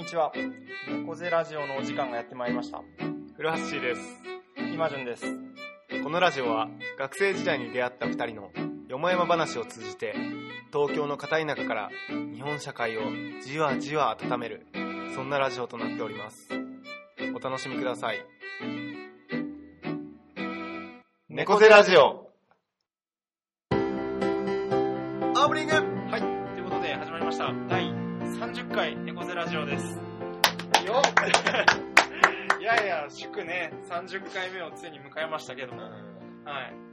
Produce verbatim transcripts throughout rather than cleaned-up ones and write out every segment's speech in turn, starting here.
ちは。猫背ラジオのお時間がやってまいりました。 古橋です。 今順です。 このラジオは学生時代に出会ったふたりのよもやま話を通じて、東京の片田舎から日本社会をじわじわ温める、そんなラジオとなっております。お楽しみください。猫背ラジオオープニング。はい、ということで始まりましただいさんじゅっかい猫背ラジオですよいやいや、祝ねさんじゅっかいめをついに迎えましたけども、はい。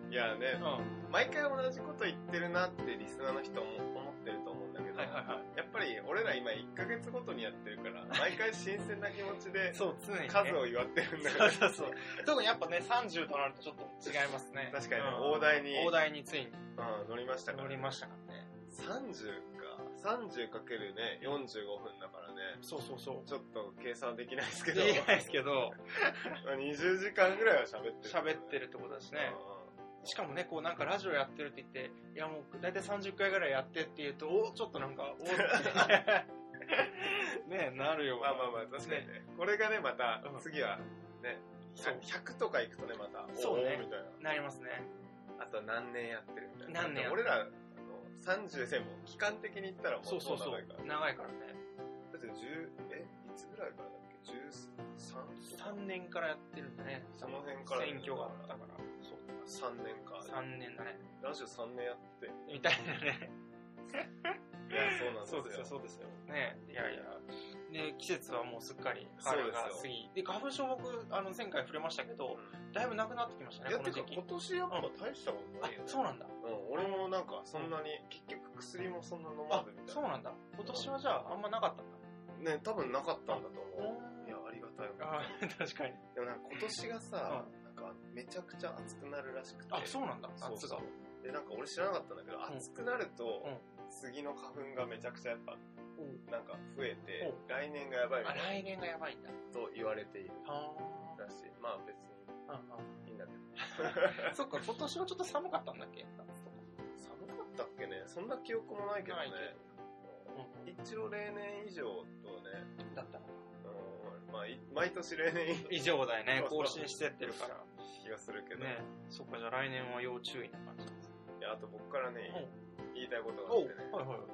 いやね、うん、毎回同じこと言ってるなってリスナーの人も思ってると思うんだけど、はいはいはい、やっぱり俺ら今いっかげつごとにやってるから毎回新鮮な気持ちでそう常に、ね、 数を祝ってるんだからそうそうそう特にやっぱねさんじゅうとなるとちょっと違いますね。 確かに、ね、うん、大台に大台についに、 うん、乗りましたから、ね、 乗りましたからね。 さんじゅうか さんじゅうかける ねよんじゅうごふんだからね。 そうそうそう、 ちょっと計算できないですけどできないですけどにじゅうじかんぐらいは喋ってる喋ってるってことですね。しかもね、こうなんかラジオやってるって言って、いやもう大体さんじゅっかいぐらいやってって言うと、おちょっとなんか、おってねなるよ。 まあまあまあ、確かにね。ねこれがね、また、次はね、ひゃくとかいくとね、また、 そうね、 みたいな。 なりますね。 あと何年やってるみたいな。 何年やってる。 俺ら、あの、さんじゅうでも、期間的に言ったらもうそうそうそう、長いからね。 だってじゅう、え、いつぐらいからだっけ ?じゅうさん? さんねんからやってるんだね。 その辺から。 選挙があったから。そう。 さんねんか。 さんねんだね。 ラジオさんねんやって。 みたいなね。 いや、そうなんですよ。 そうですよ、そうですよ。ね、いやいや。で、季節はもうすっかり春が過ぎ。で、花粉症僕、あの、前回触れましたけど、うん、だいぶなくなってきましたね、 いや、この時期。今年やっぱ大したことないよね、 うん。そうなんだ。 うん、俺もなんか、そんなに、うん、結局薬もそんな飲まずみたいな。 そうなんだ。今年はじゃあ、あんまなかったんだ。ね、多分なかったんだと思う。いや、ありがたい。 あ、確かに。 でもなんか今年がさ、うんめちゃくちゃ暑くなるらしくて。 あ、そうなんだ。 そうそう。で、なんか俺知らなかったんだけど、うん、暑くなると、うん、杉の花粉がめちゃくちゃやっぱ、うん、なんか増えて、うん、来年がやばいみたいな。 あ、来年がやばいんだ。 と言われているらしい。まあ別に、いいんだけど。 そっか、今年はちょっと寒かったんだっけ？ 寒かったっけね。そんな記憶もないけどね。うん、一応例年以上とね。 だったのか。 まあ、毎年例年以上だよね。更新してってるから気がするけどね。そっか、じゃあ来年は要注意な感じです。 いや、あと僕からね、言いたいことがあってね。はいはい。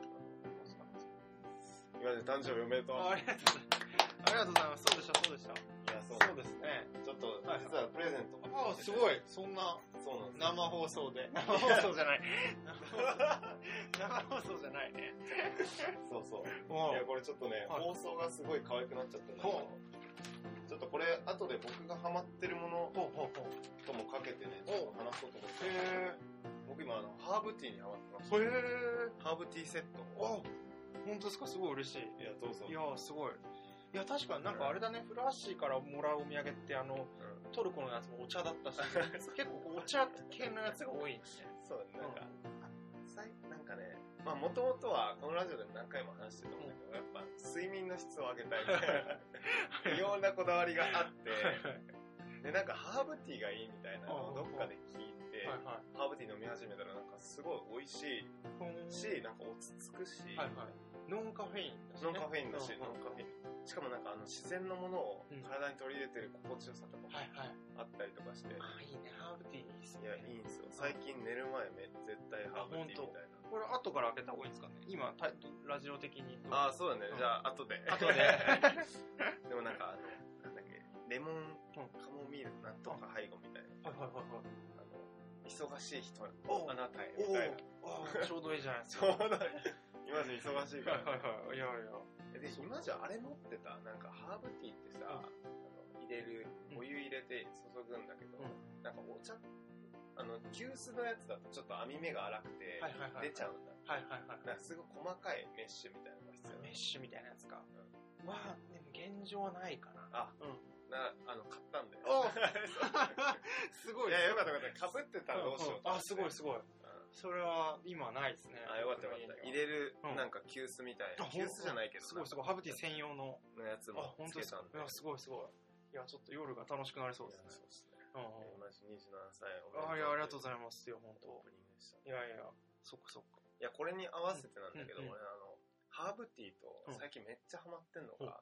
今まで誕生日おめでとう。 ありがとうございます。ありがとうございます。そうでした、そうでした。いや、そう、そうですね。 ちょっと、実はプレゼントが。 ああ、すごい。そんな、そうなんです。生放送で。生放送じゃない。生放送じゃないね。 そうそう。いや、これちょっとね、放送がすごい可愛くなっちゃったんだけど、ちょっとこれ、後で僕がハマってるものともかけてね、ちょっと話そうと思って。へ僕今、あの、ハーブティーにハマってました。へハーブティーセット。 あ、本当ですか？すごい嬉しい。 いや、どうぞ。 いや、すごい。いや、確かになんかあれだね、フラッシーからもらうお土産って、あの、うん、トルコのやつもお茶だったし、結構お茶系のやつが多いんですね。 そうだね、なんか、うん、なんかね、まあもともとはこのラジオでも何回も話してると思うんだけど、やっぱ睡眠の質を上げたいみたいな、いろんなこだわりがあって、で、なんかハーブティーがいいみたいなのをどっかで聞いて、はいはい、ハーブティー飲み始めたらなんかすごい美味しいし、なんか落ち着くし、はいはい、 ノンカフェインだし、 ね、ノンカフェインだし、ノンカフェイン。しかもなんかあの自然のものを体に取り入れてる心地よさとかもあったりとかして。 うん、あ、いいね、ハーブティーいいっすね。 いや、いいんですよ。最近寝る前め絶対ハーブティーみたいな。 これ後から開けた方がいいんですかね？今、ラジオ的に。 ああ、そうだね。うん、じゃあ、後で。 後で。 でもなんかあの、なんだっけ、レモンカモミールなんとか背後みたいな。はいはいはいはい。あの、忙しい人、あなたへみたいな。 ちょうどいいじゃないですか。 ちょうどいい。今じゃ忙しいから。 はいはいはい。いやいや。 で、今じゃあれ持ってた、なんかハーブティーってさ、うん、あの入れる、お湯入れて注ぐんだけど、うん、なんかお茶、あの、急須のやつだとちょっと網目が荒くて、出ちゃうんだ。はいはいはい。なんかすごい細かいメッシュみたいなのが必要。 メッシュみたいなやつか。うん、まあ、でも現状はないかな。 あ、うん。な、あの、買ったんだよ。 すごい。 いや、よかったよかった。被ってたらどうしようと。 あ、すごいすごい。それは今ないですね。 あ、よかったよかった。入れるなんか急須みたいな。急須じゃないけど。 すごいすごい。ハーブティー専用のやつもつけたんで。 いや、すごいすごい。いや、ちょっと夜が楽しくなりそうですね。そうですね。 同じにじゅうななさいおめでとう。 あ、いや、ありがとうございますよ、本当。いやいや、そっかそっか。 いや、これに合わせてなんだけど、俺あの、ハーブティーと最近めっちゃハマってんのが、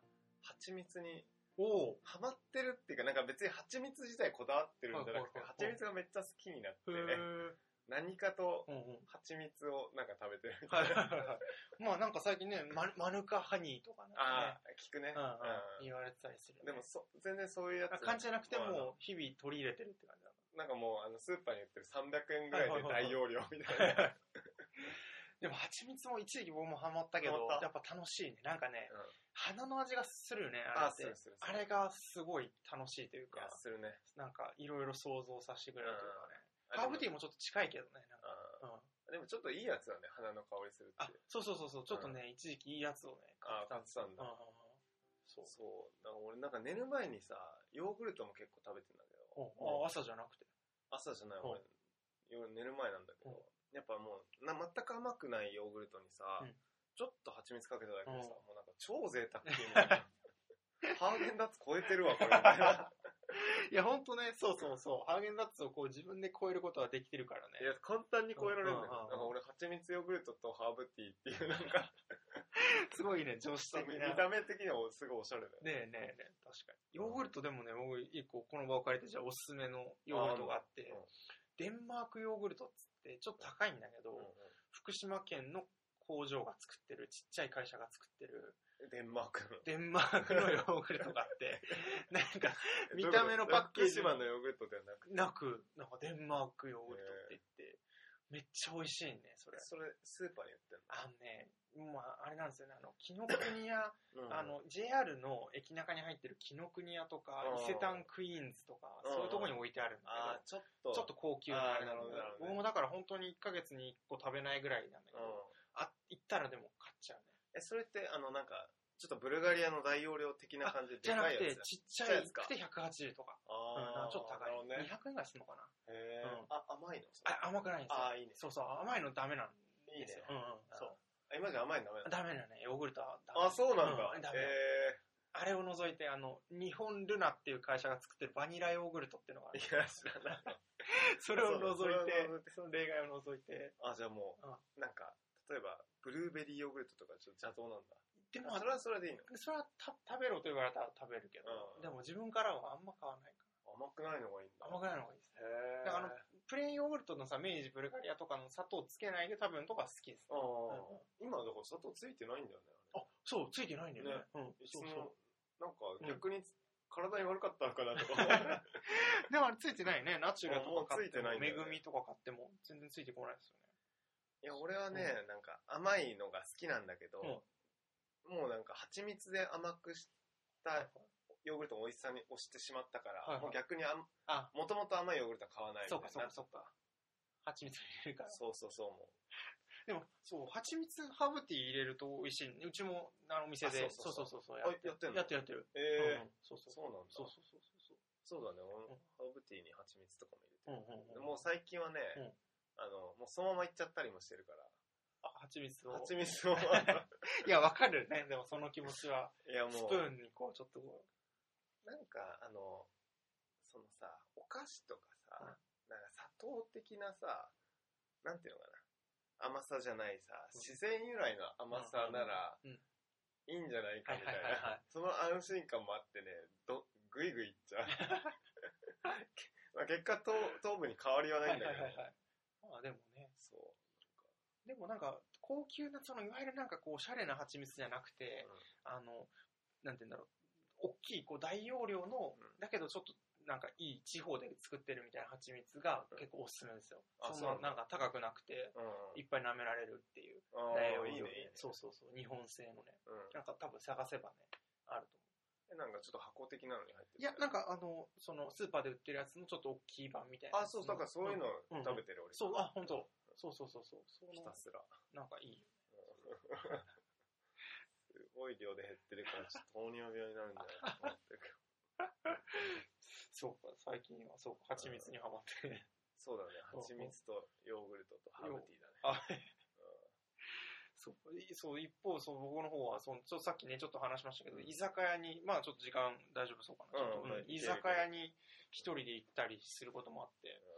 蜂蜜におお。 ハマってるっていうか、なんか別に蜂蜜自体こだわってるんじゃなくて、 はいはいはいはい蜂蜜がめっちゃ好きになって、 へー何かとうんうん。 蜂蜜をなんか食べてるみはたいな。 いはいはい。まあなんか最近ね、ママヌカハニーとかね。 ああ、聞くね。 うんうんうん言われてたりするよね。 でもそ、全然そういうやつ。 あ感じじゃなくてまあも、日々取り入れてるって感じだなんかもう、あの、スーパーに売ってるさんびゃくえんぐらいで大容量みたいな。 な。でも蜂蜜も一時期僕もハマったけど、 ハマったやっぱ楽しいね。なんかね、 うん花の味がするよね、あれあ、 って。 するするする。 あれがすごい楽しいというかいや、、するね。 なんかいろいろ想像させてくれるというかね。 うんハーブティーもちょっと近いけどね、なんか。 あうん、 でもちょっといいやつだね、花の香りするってあいう。、 そうそうそうそう、ちょっとね、一時期いいやつをね、 あ買ってたんだ。 うんうんうんそう。 そう。だから俺なんか寝る前にさ、ヨーグルトも結構食べてんだけど。 あ、朝じゃなくて。 朝じゃない、 うん俺。夜寝る前なんだけど。 うんやっぱもうな、全く甘くないヨーグルトにさ、 うんちょっと蜂蜜かけただけでさ、 うんもうなんか超贅沢系みたいな。ハーゲンダッツ超えてるわ、これ。みたいな。 いや、ほんとね、そうそうそう。ハーゲンダッツをこう自分で超えることはできてるからね。 いや、簡単に超えられるんだよ。 うんうんうんなんか俺、蜂蜜ヨーグルトとハーブティーっていう、なんか、 すごいね、常識的見な。 た目的にはすごいおしゃれだよ。 ねえねえねえ、確かに。ヨーグルトでもね、僕一個この場を借りてじゃあおすすめのヨーグルトがあって、 うんデンマークヨーグルトっつってちょっと高いんだけど、 うんうん福島県の工場が作ってる、ちっちゃい会社が作ってる、 デンマークの。 デンマークのヨーグルトがあって、なんか、見た目のパッケージ福島のヨーグルトではなくて。 なく、なんかデンマークヨーグルトって言って、めっちゃ美味しいね、それ。 それ、スーパーに売ってんのあのね、まあ、あれなんですよね、あの、紀ノ国屋、 うんあの、ジェイアール の駅中に入ってる紀ノ国屋とか、 うん伊勢丹クイーンズとか、 うんそういうところに置いてあるんだあー、ちょっと。 けど、ちょっと高級なあれなのであーなるほどなるほどね僕もだから本当にいっかげつにいっこ食べないぐらいなんだけうんど、あ、行ったらでも買っちゃうね。 え、それって、あの、なんか、ちょっとブルガリアの大容量的な感じでじゃなくて、 でかいやつ。 ちっちゃいちっちゃいやつかくてひゃくはちじゅうとか。うんあー、 ちょっと高い。 なるほどねにひゃくえんぐらいするのかな。 へーうんあ、甘いのあ、甘くないんですよ。 あー、いいね。 そうそう、甘いのダメなんいいねですよ。。うんうん、そう。 あ今じゃ甘いのダメなのダメだね、ヨーグルトはダメ。 あ、そうなんだ。 うんダメへあれを除いて、あの、日本ルナっていう会社が作ってるバニラヨーグルトっていうのがある。 ー。いや、知らない。 それを除それをいて除いて、 その例外を除いて。 あ、じゃあもう、なんか、例えば、ブルーベリーヨーグルトとかちょっと邪道なんだ。 でも、 それはそれでいいのそれはた食べろと言われたら食べるけど、 うんでも自分からはあんま買わないか甘くないのがいいんだ。 ら。甘くないのがいいですね。 へー。 だからあの、プレーンヨーグルトのさ、明治ブルガリアとかの砂糖つけないで食べるのとか好きです、ね。 あー今だから砂糖ついてないんだよね。 あ、そう、ついてないんだよね。 ねうん。 いつそうそう。 も、なんか逆に体に悪かったのかなとか。 でもあれついてないね。ナチュラとか買っても、 もうついてないんだよね恵みとか買っても全然ついてこないですよね。 いや、俺はね、なんか甘いのが好きなんだけど、もうなんか蜂蜜で甘くしたヨーグルトの美味しさに押してしまったから、 はいはいもう逆にあんあ、 もともと甘いヨーグルトは買わないみたいうな。 そかそうかそうか。蜂蜜入れるから。 そうそうそうもでも、そう、蜂蜜ハーブティー入れると美味しい、ね。うちも、あの、お店で、 あそうそうそうそうそうそうあやってんのやってるやってる。 う。えーうんうんそうそうそうなんだ。 そうそうそうそう。 そうだね、俺うんハーブティーに蜂蜜とかも入れてる。 うんうんうん、 もう最近はね、 うんあの、もうそのままいっちゃったりもしてるから。 あ、蜂蜜を。 蜂蜜を。 いや、わかるね。でもその気持ちは。 いやもう。 スプーンにこう、ちょっとこなんか、あの、そのさ、お菓子とかさ、 うんなんか砂糖的なさ、なんていうのかな。甘さじゃないさ、自然由来の甘さなら、 うんうんいいんじゃないかみたいはいはいはいはいな。その安心感もあってね、ど、ぐいぐいいっちゃう。まあ結果糖、糖分に変わりはう。 ないんだけど。 はいはいはいはい。まあでもね。 そう。 でもなんか、高級な、その、いわゆるなんかこう、おしゃれな蜂蜜じゃなくて、 うんあの、なんて言うんだろう。大きい、こう、大容量の、 うんだけどちょっと、なんかいい地方で作ってるみたいな蜂蜜が結構おすすめですよ。 あそんそうなんだななんか高くなくて、 うん。 いっぱい舐められるっていう。 あ大容量あ、いいね、いいでね。 そうそうそう。日本製のね。 うん。 なんか多分探せばね、あると思う。 えなんかちょっと箱的なのに入ってる。 いや、なんかあの、その、スーパーで売ってるやつのちょっと大きい版みたいなやあ、 つの。 そう、だからそういうのうん食べてる俺。 そう、あ、本当。そうそうそうそう。そのひたすら。 なんかいいよ。 すごい量で減ってるから、ちょっと糖尿病になるんじゃないかと思ってるけど。 そうか、最近はそうか、蜂蜜にハマってね。 そうだね、蜂蜜とヨーグルトとハーブティーだね。 あ、そう、そう、一方、そう、僕の方は、その、ちょっとさっきね、ちょっと話しましたけど、 うん居酒屋に、まあちょっと時間大丈夫そうかな。ちょっとうんうん居酒屋に一人で行ったりすることもあって、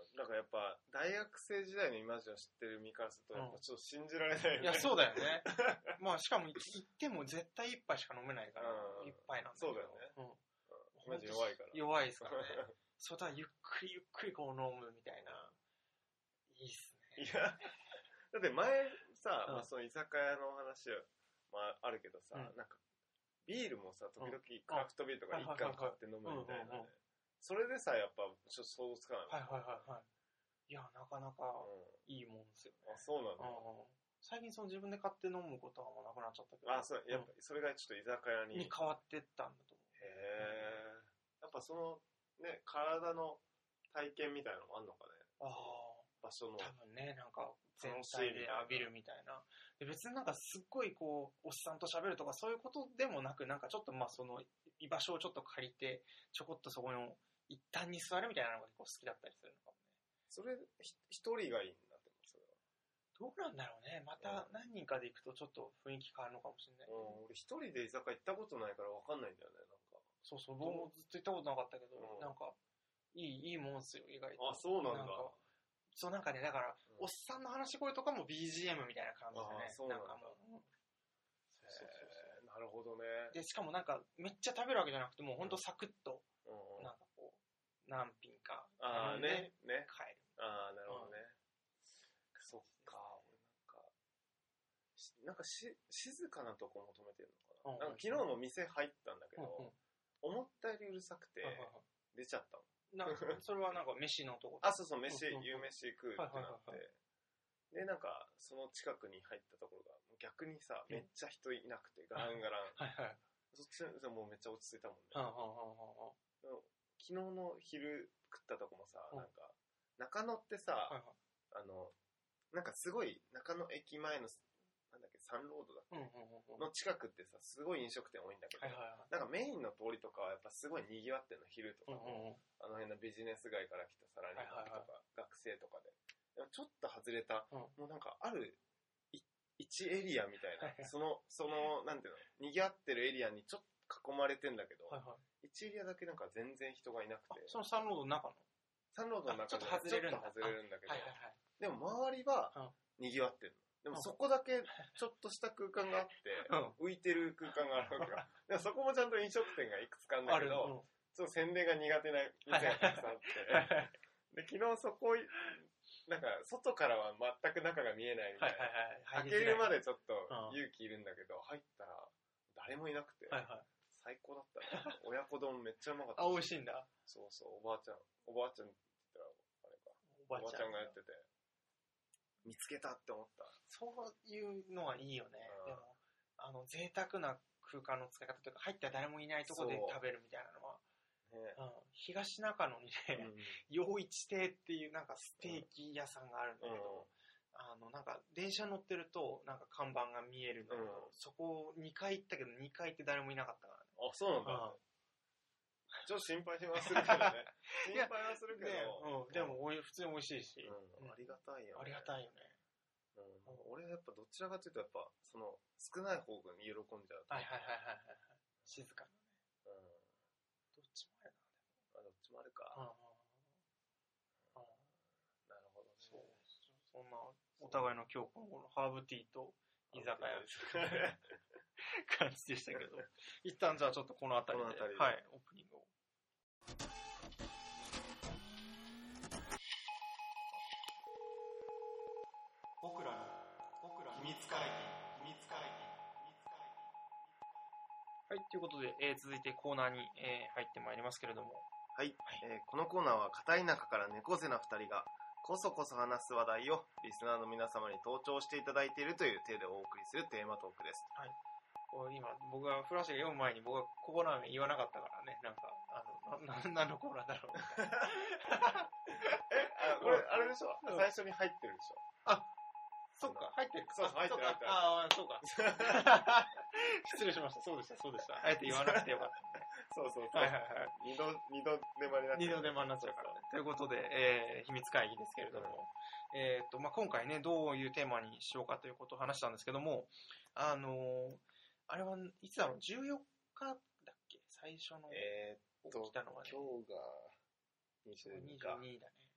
だからやっぱ大学生時代のイマジンを知ってる身からするとやっぱちょっと信じられないよね、 いやそうだよねまあしかも行っても絶対一杯しか飲めないから、うん、一杯なんだけどそうだよね、 うん、 イマジン弱いから弱いですからねそうだゆっくりゆっくりこう飲むみたいないいっすね。 いやだって前さ、 うんまあ、その居酒屋の話は、まあ、あるけどさ、 うんなんかビールもさ時々クラフトビールとか一缶買って飲むみたいなね、それでさやっぱちょっと想像つかない、 はいはいはいはいいやなかなかいいもんですよ、ね、 うん、あそうなんだ、 うん、最近その自分で買って飲むことはもうなくなっちゃったけどあそうやっぱそれがちょっと居酒屋に、 に変わってったんだと思う。 へえやっぱそのね体の体験みたいなのもあんのかね、 ああ場所の多分ねなんか全体で浴びるみたいなで別になんかすっごいこうおっさんと喋るとかそういうことでもなくなんかちょっとまあその居場所をちょっと借りてちょこっとそこの一旦に座るみたいなのが結構好きだったりするのかもね。 それ一人がいいんだってそれはどうなんだろうねまた何人かで行くとちょっと雰囲気変わるのかもしれない、 うん、俺一人で居酒屋行ったことないから分かんないんだよねなんかそうそう僕もずっと行ったことなかったけど、 うん、 なんかいいいいもんっすよ意外と。 あそうなんだ。 なんかそうなんかねだから、うん、おっさんの話し声とかも ビージーエム みたいな感じでね。 あそうなんだ。 なんかもう、うん、 そうそうそうなるほどね。 でしかもなんかめっちゃ食べるわけじゃなくてもうほんとサクッと、 うん、 なんかこう何品かあーねね帰る。 ああなるほどね。うん、そっか俺なんかなんかし静かなとこ求めてるのかな。うん、なんか昨日も店入ったんだけど、うんうん、思ったよりうるさくて出ちゃったの。 なんかそれはなんか飯のとこあそうそう飯夕飯食うってなって、でなんかその近くに入ったところが逆にさ、うん、めっちゃ人いなくてガランガラン、はいはい、そっちでもうめっちゃ落ち着いたもんね、はははは昨日の昼食ったとこもさ、うん、なんか中野ってさ、はいはい、あのなんかすごい中野駅前のなんだっけサンロードだっけ、うんうんうん、の近くってさすごい飲食店多いんだけど、はいはいはい、なんかメインの通りとかはやっぱすごい賑わってんの昼とかも、うんうん、あの辺のビジネス街から来たサラリーマンとか、はいはいはい、学生とかででもちょっと外れた、うん、もうなんかある一エリアみたいな、はいはい、そのそのなんていうの賑わってるエリアにちょっと囲まれてんだけど、はいはい、いちエリアだけなんか全然人がいなくて、 そのサンロードの中のサンロードの中でちょっと外れるんだ、 ちょっと外れるんだけど、 はいはいはい、 でも周りは賑わってるの。でもそこだけちょっとした空間があって、うん、浮いてる空間があるわけよ。でもそこもちゃんと飲食店がいくつかあるんだけど、うん、ちょっと宣伝が苦手な店がたくさんあって、で昨日そこ、なんか外からは全く中が見えないみたいな。はいはいはい、開けるまでちょっと勇気いるんだけど、入ったら誰もいなくて、はいはい、最高だったね。親子丼めっちゃうまかった。 あ、美味しいんだ。 そうそう、おばあちゃん。おばあちゃんって言ったら、あれか。おばあちゃんがやってて。見つけたって思った。 そういうのはいいよね。でも、あの、贅沢な空間の使い方というか、入ったら誰もいないところで食べるみたいなのは、ねうん、東中野にね、陽、うん、一亭っていうなんかステーキ屋さんがあるんだけど、うん、あの、なんか電車乗ってると、なんか看板が見えるんだけど、うん、そこにかい行ったけど、にかいって誰もいなかったからね。 あ、そうなんだ。うんちょっと心配はするけどね。心配はするけど。 ねうん、でもおい普通に美味しいし、 うん。ありがたいよね。 ありがたいよね。 うん、俺やっぱどちらかというとやっぱその少ない方が喜んじゃう。 はいはいはいはいはい。静かなね。うん。どっちもあるな、でも。 あ、どっちもあるか。うん。うん、なるほどね。そう。 そんなお互いの今日このハーブティーと居酒屋です感じでしたけど、一旦じゃあちょっとこの辺りで、 この辺りではい、オープニングを。僕らの僕らの秘密会議秘密会議秘密会議はい、ということで、えー、続いてコーナーに、えー、入ってまいりますけれども、 はい、はいえー、このコーナーは片田舎から猫背なふたりがこそこそ話す話題をリスナーの皆様に登聴していただいているという体でお送りするテーマトークです。 はい。今、僕がフラッシュが読む前に僕はここラーメン言わなかったからね、なんか、あの、な、な何のコーナーだろうみたいな。 えあ、これ、あれでしょ、うん、最初に入ってるでしょあ、そっか、入ってる。 そうそう、入ってる、入ってる。 ああ、そうか。失礼しました。そうでした、そうでした。あえて言わなくてよかった、ね。 そうそうそう。はいはいはい。二度、二度手間になっちゃう。 二度手間になっちゃうからね。ということで、えー、秘密会議ですけれども、うん、えっと、まあ、今回ね、どういうテーマにしようかということを話したんですけども、あのー、あれはいつだろう、じゅうよっかだっけ最初の。 えー、っと、 起きたのはね。 今日がにじゅうにか。 にじゅうにだね。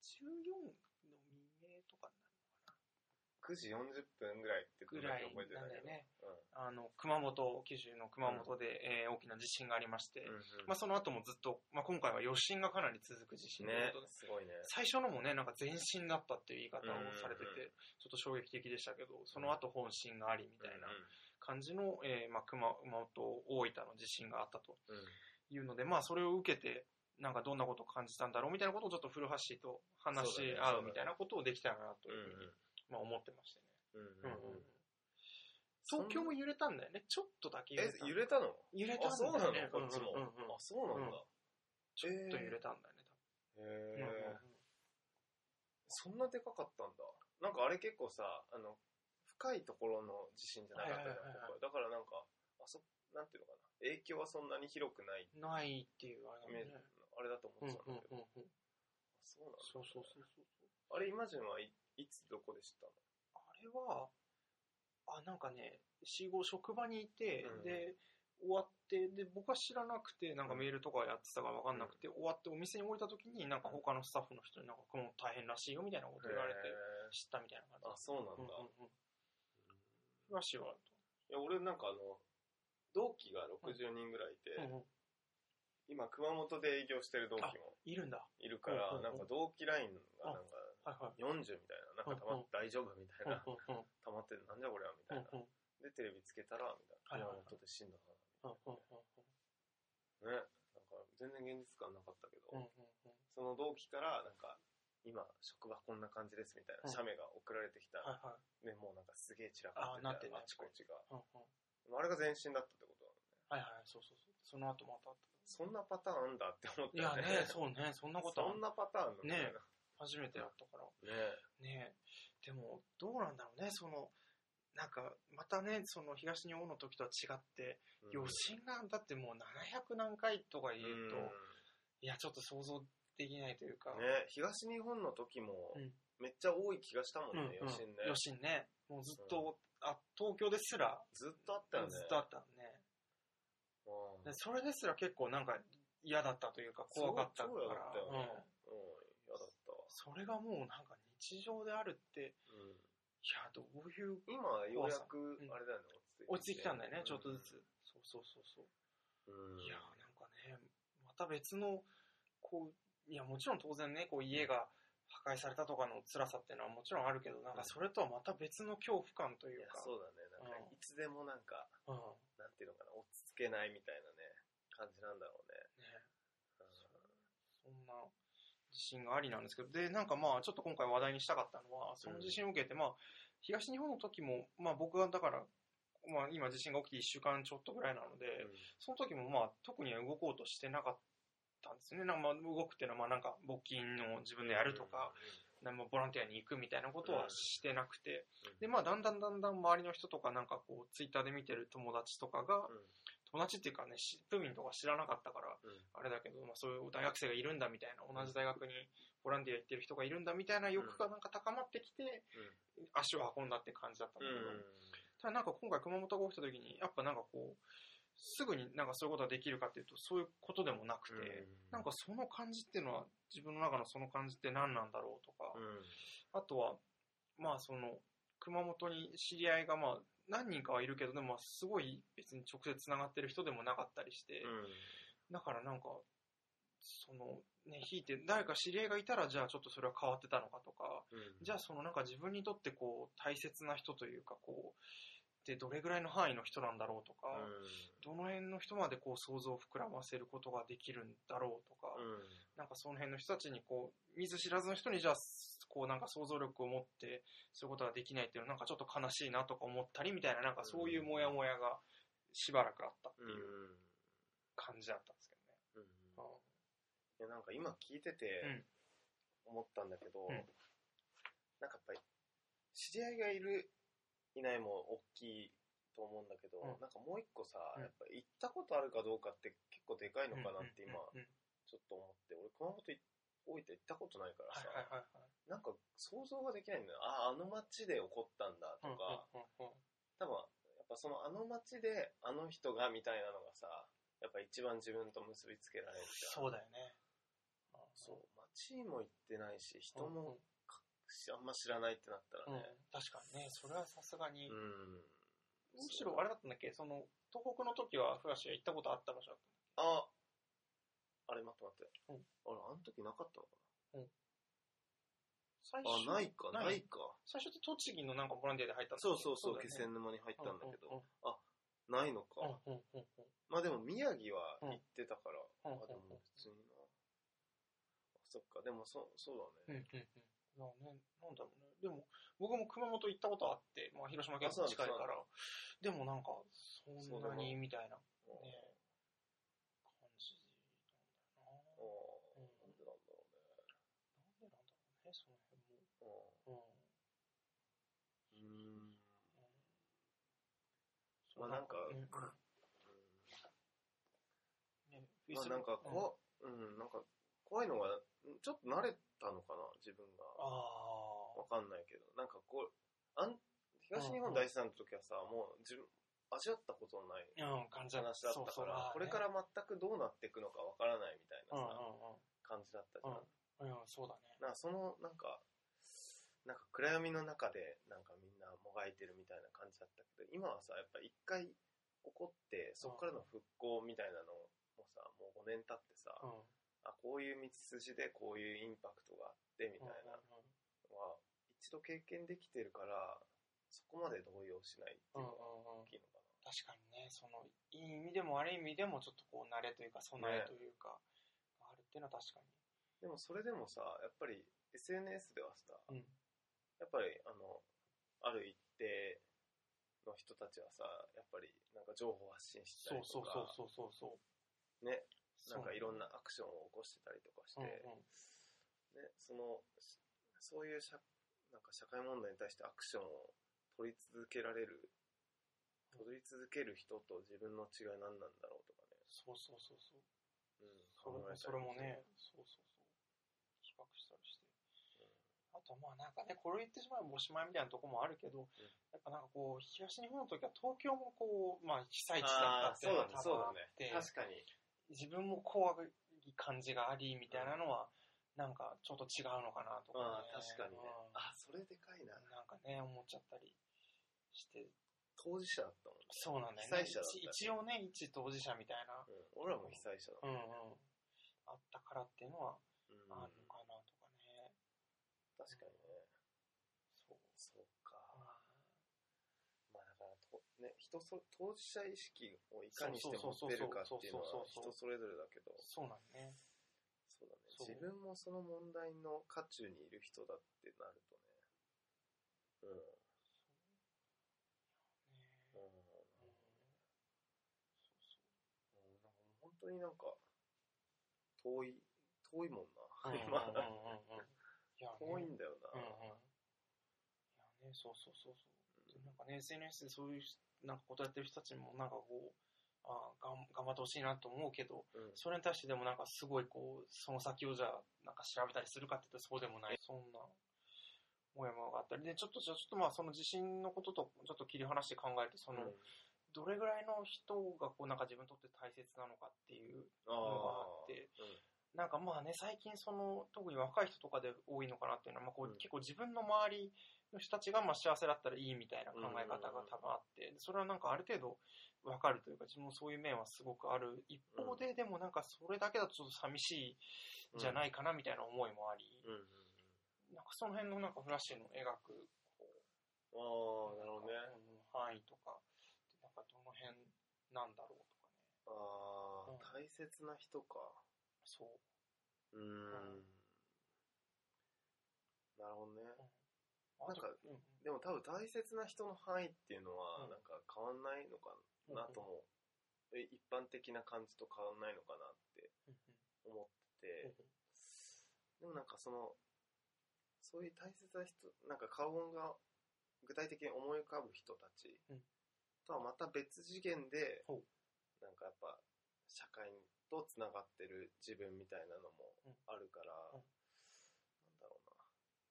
じゅうよんの未明とかになるのかな。 くじよんじゅっぷんぐらいってぐらい覚えてなんだよね。 うん、 あの熊本、九州の熊本で、うんえー、大きな地震がありまして、うんうんまあ、その後もずっと、まあ、今回は余震がかなり続く地震ということで、 ね、すごいね、 最初のもねなんか前震だったっていう言い方をされてて、うんうん、ちょっと衝撃的でしたけど、その後本震がありみたいな感じの、えーまあ、熊本、大分の地震があったというので、まあ、それを受けてなんかどんなことを感じたんだろうみたいなことをちょっと古橋と話し合うみたいなことをできたらなというふうに、まあ、思ってましてね。うんうんうん東京も揺れたんだよね。ちょっとだけ揺れた。え、揺れたの？ 揺れたんだよね。 あ、そうなの？こっちも。うんうんうん、あ、そうなんだ、うん。 ちょっと揺れたんだよね、多分。へえ、うんうんうん。そんなでかかったんだ。なんかあれ結構さ、あの、深いところの地震じゃなかったじゃん、はいはいはいはい、だからなんか、あそ、なんていうのかな。影響はそんなに広くない。 ないっていうあれだもんね。 あれだと思ってたんだけど。うんうんうんうん、そうなんだ、ね。 そうそうそうそう。 あれ、イマジンはいいつどこで知ったの？ あれは、あ、なんかね、仕事、職場にいて、うん、で、終わって、で、僕は知らなくて、なんかメールとかやってたから分かんなくて、うん、終わってお店に降りた時に、なんか他のスタッフの人になんか、この大変らしいよみたいなこと言われて、知ったみたいな感じ。 あ、そうなんだ。 うんうんうん。らしいわ。 いや、俺なんかあの、同期がろくじゅうにんぐらいいて、うんうん、今、熊本で営業してる同期もいるんだ。 いるから、なんか同期ラインがなんかよんじゅうみたいな、なんかたま大丈夫みたいな、たまってなんじゃこれはみたいな。で、テレビつけたら、みたいな。熊本で死んだな、みたいな。ね、なんか全然現実感なかったけど、その同期から、なんか、今、職場こんな感じですみたいな写メが送られてきた。で、もうなんかすげえ散らかってて、あちこちが。あれが前進だったってことだもんね。 はいはい、そうそうそう。その後またあった。 そんなパターンあんだって思ったよね。いやね、そうね、そんなことある。そんなパターンのね。初めてやったから。ね。ね。でも、どうなんだろうね、その、なんか、またね、その東日本の時とは違って、余震が、だってもうななひゃく何回とか言うと、いや、ちょっと想像できないというか。 ね、東日本の時も、めっちゃ多い気がしたもんね、余震ね。 余震ね。もうずっと、あ、東京ですら。 ずっとあったよね。 ずっとあったね。でそれですら結構なんか嫌だったというか怖かったから。 そう嫌だったよね。うん。嫌だったわ。 それがもうなんか日常であるって、うん、いや、どういう。 今ようやく、あれだよね、 落ち着いてきたんだよね、ちょっとずつ。そうそうそうそう。うん、いや、なんかね、また別の、こう、いや、もちろん当然ね、こう家が破壊されたとかの辛さっていうのはもちろんあるけど、なんかそれとはまた別の恐怖感というか。 いや、そうだね。なんかいつでもなんか、うん、なんていうのかな、落ち着けないみたいなね、感じなんだろうね。ね、 うん、そんな地震がありなんですけど、で、なんかまあ、ちょっと今回話題にしたかったのは、その地震を受けて、まあ、東日本の時も、まあ僕はだから、まあ今地震が起きていっしゅうかんちょっとぐらいなので、うん、その時もまあ特には動こうとしてなかったんですね。なんかまあ動くっていうのは、まあなんか募金を自分でやるとか、うん、ボランティアに行くみたいなことはしてなくて、うん、でまあだんだんだんだん周りの人とかなんかこうツイッターで見てる友達とかが、うん、友達っていうかね、プミンとか知らなかったから、うん、あれだけど、まあ、そういう大学生がいるんだみたいな、同じ大学にボランティア行ってる人がいるんだみたいな欲がなんか高まってきて、うん、足を運んだって感じだったんだけど、うん、ただなんか今回熊本が起きた時に、やっぱなんかこう、すぐになんかそういうことができるかっていうと、そういうことでもなくて、うん、なんかその感じっていうのは、自分の中のその感じって何なんだろうとか、うん、あとは、まあその、熊本に知り合いがまあ何人かはいるけど、でもすごい別に直接つながってる人でもなかったりして、うん、だからなんか、そのね、引いて誰か知り合いがいたらじゃあちょっとそれは変わってたのかとか、うん、じゃあそのなんか自分にとってこう大切な人というかこうでどれぐらいの範囲の人なんだろうとか、うん、どの辺の人までこう想像を膨らませることができるんだろうとか、うん、なんかその辺の人たちにこう見ず知らずの人にじゃあこうなんか想像力を持ってそういうことができないっていうのはなんかちょっと悲しいなとか思ったりみたいななんかそういうモヤモヤがしばらくあったっていう感じだったんですけどね。うんうん、 いやなんか今聞いてて思ったんだけど、うん、なんかやっぱり知り合いがいるいないも大きいと思うんだけど、うん、なんかもう一個さ、うん、やっぱ行ったことあるかどうかって結構でかいのかなって今ちょっと思って、俺熊本大分行ったことないからさ、はいはいはいはい、なんか想像ができないんだよ。ああ、あの町で起こったんだとか、うんうんうんうん、多分やっぱそのあの町であの人がみたいなのがさ、やっぱ一番自分と結びつけられるじゃん。 そうだよね。 そう、 地位も行ってないし、人もあんま知らないってなったらね。 うん、確かにね、それはさすがに。 うん。 むしろあれだったんだっけ、その、東北の時はフラッシュが行ったことあった場所だったんだっけ。 あ、あれ待って待って。 うん、 あれ、あの時なかったのかな。うん。 最初あ、ないか、ないか。 最初って栃木のなんかボランティアで入ったんだっけ。 そうそうそう、気仙沼に入ったんだけど、うんうんうん、あ、ないのか。うんうんうんうん、まあでも宮城は行ってたから、うん、あ、でも普通にな。あ、そっか、でもそ、そうだね。 うんうんうん。ね、なんだろうね。でも、僕も熊本行ったことあって、まあ、広島県近いから、でもなんか、そんなにみたいな、ね、感じなんだよな。うん、なんでなんだろうね。なんでなんだろうね、その辺も。うん。うん。うんまあなんか、うん。 ね、 まあなんかこ、うん、うん、なんか、怖いのが、ちょっと慣れたのかな、自分が。ああ。わかんないけど。なんかこう、あん東日本大震災の時はさ、うんうん、もう自分、味わったことのない話だったから、うん、そうそう、これから全くどうなっていくのかわからないみたいなさ、うんうんうん、感じだったじゃん。 うん、うん、そうだね。 なんかその、なんか、なんか暗闇の中で、なんかみんなもがいてるみたいな感じだったけど、今はさ、やっぱ一回起こって、そこからの復興みたいなのもさ、もうごねん経ってさ、うん、あ、こういう道筋でこういうインパクトがあってみたいなのは一度経験できてるから、そこまで動揺しないっていうのが大きいのかな。 うんうんうん、確かにね、そのいい意味でも悪い意味でもちょっとこう慣れというか備えというか、ね、あるっていうのは確かに。 でもそれでもさ、やっぱり エスエヌエス ではさ、うん、やっぱりあのある一定の人たちはさ、やっぱりなんか情報発信したりとか、 そうそうそうそうそうね、なんかいろんなアクションを起こしてたりとかして、うんうん、ね、そのそういう社なんか社会問題に対してアクションを取り続けられる、取り続ける人と自分の違い何なんだろうとかね。 そうそうそうそう。 うん、 それもそれもね、そうそうそう。比較したりして。うん、あとまあなんかね、これ言ってしまえばおしまいみたいなところもあるけど、うん、やっぱなんかこう、東日本の時は東京もこう、まあ被災地だったっていうのが多分あって、 確かに。 自分も怖い感じがありみたいなのは、なんかちょっと違うのかなとか、 ね、あ確かにね、うん、あそれでかいな、 なんかね思っちゃったりして当事者だったもんね。 そうなんだよね、被災者だった、ね、一応ね一当事者みたいな、 うん、俺らも被災者だった、ね、 うんうん、あったからっていうのはあるのかなとかね、 うん、確かにね、そうそうか、うん、まあだからと、ね、人そ当事者意識をいかにして持ってるかっていうのは人それぞれだけど、 そうなんね。 そうだね。自分もその問題の渦中にいる人だってなるとね。うん。そうね。うん。うん。そうそう。うん、なんか本当になんか遠い遠いもんな。今。遠いんだよな。うんうん。いやね、そうそうそうそう。うん、なんかね エスエヌエス でそういうなんかことやってる人たちもなんかこう。あがん頑張ってほしいなと思うけど、うん、それに対してでもなんかすごいこうその先をじゃあなんか調べたりするかって言うとそうでもない、そんなもやもやがあったりで、ちょっとじゃあちょっとまあその地震のこととちょっと切り離して考えて、その、うん、どれぐらいの人がこうなんか自分にとって大切なのかっていうのがあって、うん、なんかまあね最近その特に若い人とかで多いのかなっていうのは、まあ、こう、うん、結構自分の周りの人たちがまあ幸せだったらいいみたいな考え方が多分あって、それはなんかある程度分かるというか、自分もそういう面はすごくある一方で、うん、でもなんかそれだけだとちょっと寂しいじゃないかなみたいな思いもあり、うんうんうん、なんかその辺のなんかフラッシュの描くこう、ああなるほどね、 範囲とかなんかどの辺なんだろうとかね、 ああ、うん、大切な人か、そううーん、うん、なるほどね、うん、なんか、うん、でも多分大切な人の範囲っていうのはなんか変わんないのかなと思う、うん、一般的な感じと変わんないのかなって思ってて、でもなんかそのそういう大切な人、なんか顔が具体的に思い浮かぶ人たちとはまた別次元で、なんかやっぱ社会とつながってる自分みたいなのもあるから、なんだろうな、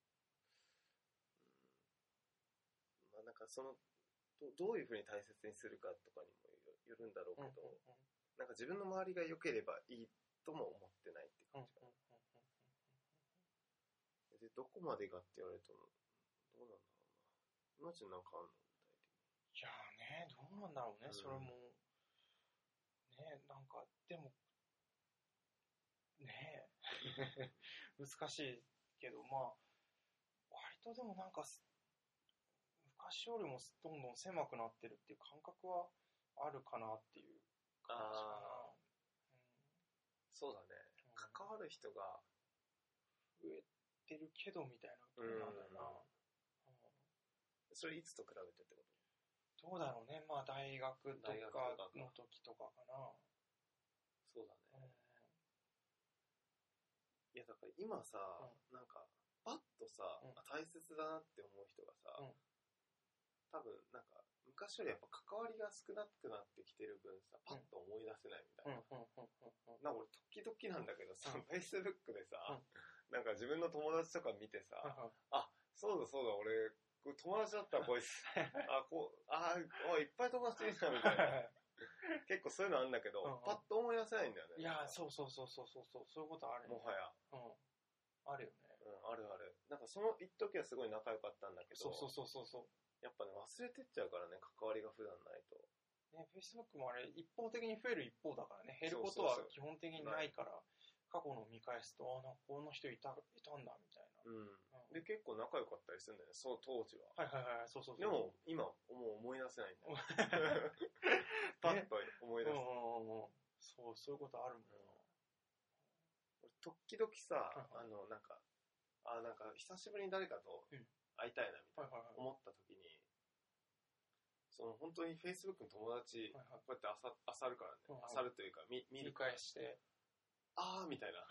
まあなんかそのど, どういうふうに大切にするかとかにもよるんだろうけど、うんうんうん、なんか自分の周りが良ければいいとも思ってないって感じかな。 で、どこまでがって言われると、どうなんだろうな。今ちゃんなんかあんの？ いやーね、どうなんだろうね、うん、それも。ね、なんか、でも、ね難しいけど、まあ、割とでもなんか、昔よりもどんどん狭くなってるっていう感覚はあるかなっていう感じかな。うん、 そうだね、うん。関わる人が増えてるけどみたいなことなんだよな。うんうん、 それいつと比べてってこと？ どうだろうね。まあ大学とかの時とかかな。 そうだね。うん、いやだから今さ、うん、なんかパッとさ、うん、大切だなって思う人がさ、うん、多分なんか昔よりやっぱ関わりが少なくなってきてる分さ、パッと思い出せないみたいな。なんか俺時々なんだけどさ、うん、Facebook でさ、うん、なんか自分の友達とか見てさ、うん、あ、そうだそうだ、俺友達だったこいつ。あ、こう、あ、あ、いっぱい友達いるなみたいな。結構そういうのあるんだけど、うんうん、パッと思い出せないんだよね。 いや、そうそうそうそうそうそう、そういうことある、ね、 もはや。 うん。あるよね。 うん、あるある。なんかその一時はすごい仲良かったんだけど、 そうそうそうそうそう。 やっぱね、忘れてっちゃうからね、関わりが普段ないと。 ね、Facebook もあれ、一方的に増える一方だからね、減ることは基本的にないから、そうそうそう過去の見返すと、あ、なんかこの人いた、いたんだ、みたいな。 うん。うん、で、結構仲良かったりするんだよね、そう、当時は。 はいはいはい、そうそうそう。 でも、今、もう思い出せないんだよ。パッと思い出す、ね。 そう、そういうことあるもんな。 俺、時々さ、あの、なんか、あ、なんか、久しぶりに誰かと会いたいな、みたいな思った時に、その、本当に Facebook の友達、こうやってあさ、あさるからね、あさるというか、見、見る。 見返して。 あーみたいな。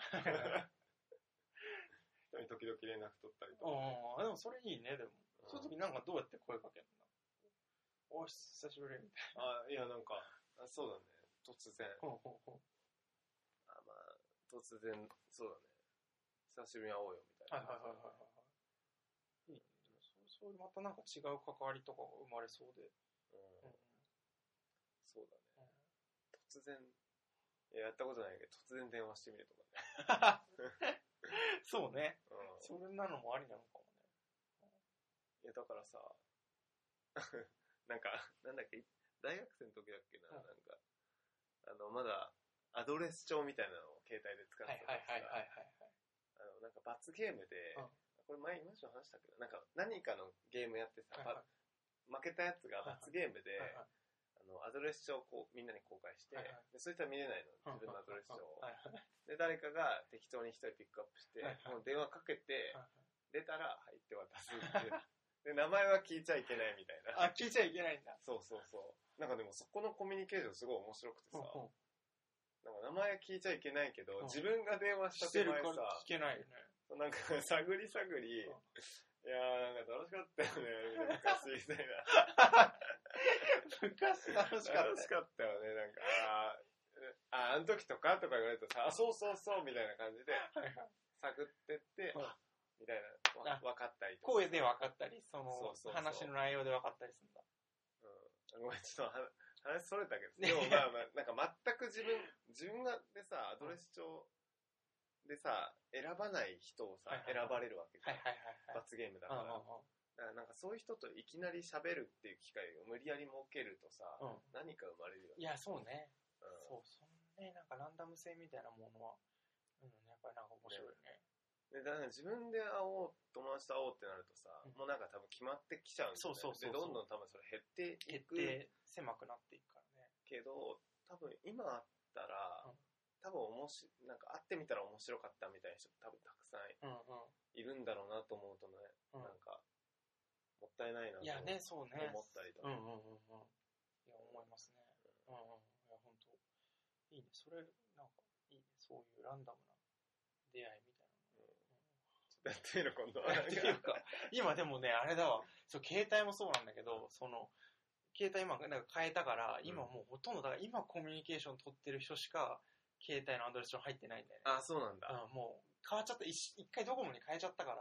人に時々連絡取ったりとか。 ああ、でもそれいいね、でも。うん、そういう時なんかどうやって声かけるんだ？おし、久しぶりみたいな。あ、いや、なんか、あそうだね。突然。 ほうほうほう。 あ、まあ、突然、そうだね。久しぶりに会おうよ、みたいな。 はいはいはいはい。いいね。そういうまたなんか違う関わりとかが生まれそうで。うん。うん、 そうだね。うん、突然、いや、やったことないけど、突然電話してみるとかね。そうね。うん。そんなのもありなのかもね。 いや、だからさ、なんか、なんだっけ、大学生の時だっけな、うん、なんか、あの、まだ、アドレス帳みたいなのを携帯で使ってたからさ、あの、なんか罰ゲームで、うん、これ前、今ちょっと話したけど、なんか何かのゲームやってさ、はいはい、負けたやつが罰ゲームで、はいはい、あの、アドレス帳をこうみんなに公開して、はいはい、でそいつは見れないの、自分のアドレス帳を。はいはい、で、誰かが適当に一人ピックアップして、はいはい、もう電話かけて、はいはい、出たら入って渡すっていう。で、名前は聞いちゃいけないみたいな。 あ、聞いちゃいけないんだ。 そうそうそう。なんかでもそこのコミュニケーションすごい面白くてさ、うんうん、なんか名前聞いちゃいけないけど、うん、自分が電話した手前さ、 聞けないよね。 なんか探り探り、うん、いやーなんか楽しかったよね、昔みたいな。 昔楽しかった。 楽しかったよね、なんか、あー、あ、あの時とかとか言われるとさ、あ、そうそうそうみたいな感じで、探ってって、うんみたいな、分かったりとか。 声で分かったり、その、そうそうそう話の内容で分かったりするんだ。 うん。ごめん、ちょっと話それたけど、でもまあまあ、なんか全く自分、自分がでさ、アドレス帳でさ、選ばない人をさ、はいはいはい、選ばれるわけじゃん。はいはいはいはい、罰ゲームだから。うんうんうん、だからなんかそういう人といきなり喋るっていう機会を無理やり設けるとさ、うん、何か生まれるよね。 いや、そうね。うん、そう、そんね、なんかランダム性みたいなものは、うん、やっぱりなんか面白いよね。ねでだから自分で会おう、友達と会おうってなるとさ、うん、もうなんか多分決まってきちゃうんだよね。そうそうそうそう。で、どんどん多分それ減っていく。 減って狭くなっていくからね。 けど、多分今あったら、うん、多分面白い、なんか会ってみたら面白かったみたいな人多分たくさんいるんだろうなと思うとね、うん、なんか、もったいないなと思ったりとか。 うんうんうんうん。いや、思いますね。うんうん。いや、本当いいね。それ、なんか、いいね。そういうランダムな出会いみたいな。 やってみる今度は。 っていうか、今でもね、あれだわ。そう、携帯もそうなんだけど、その、携帯今なんか変えたから、今もうほとんど、だから今コミュニケーション取ってる人しか、携帯のアドレス帳入ってないんだよね。 あ、そうなんだ。 うん、もう、変わっちゃった。一, 一回ドコモに変えちゃったから、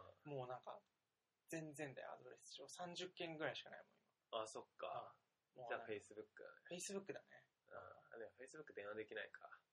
もうなんか、全然だよ、アドレス帳。さんじゅっけんぐらいしかないもん、 今。あ、そっか。じゃあ、Facebook だね。 Facebook だね。 あ、でも Facebook 電話できないか。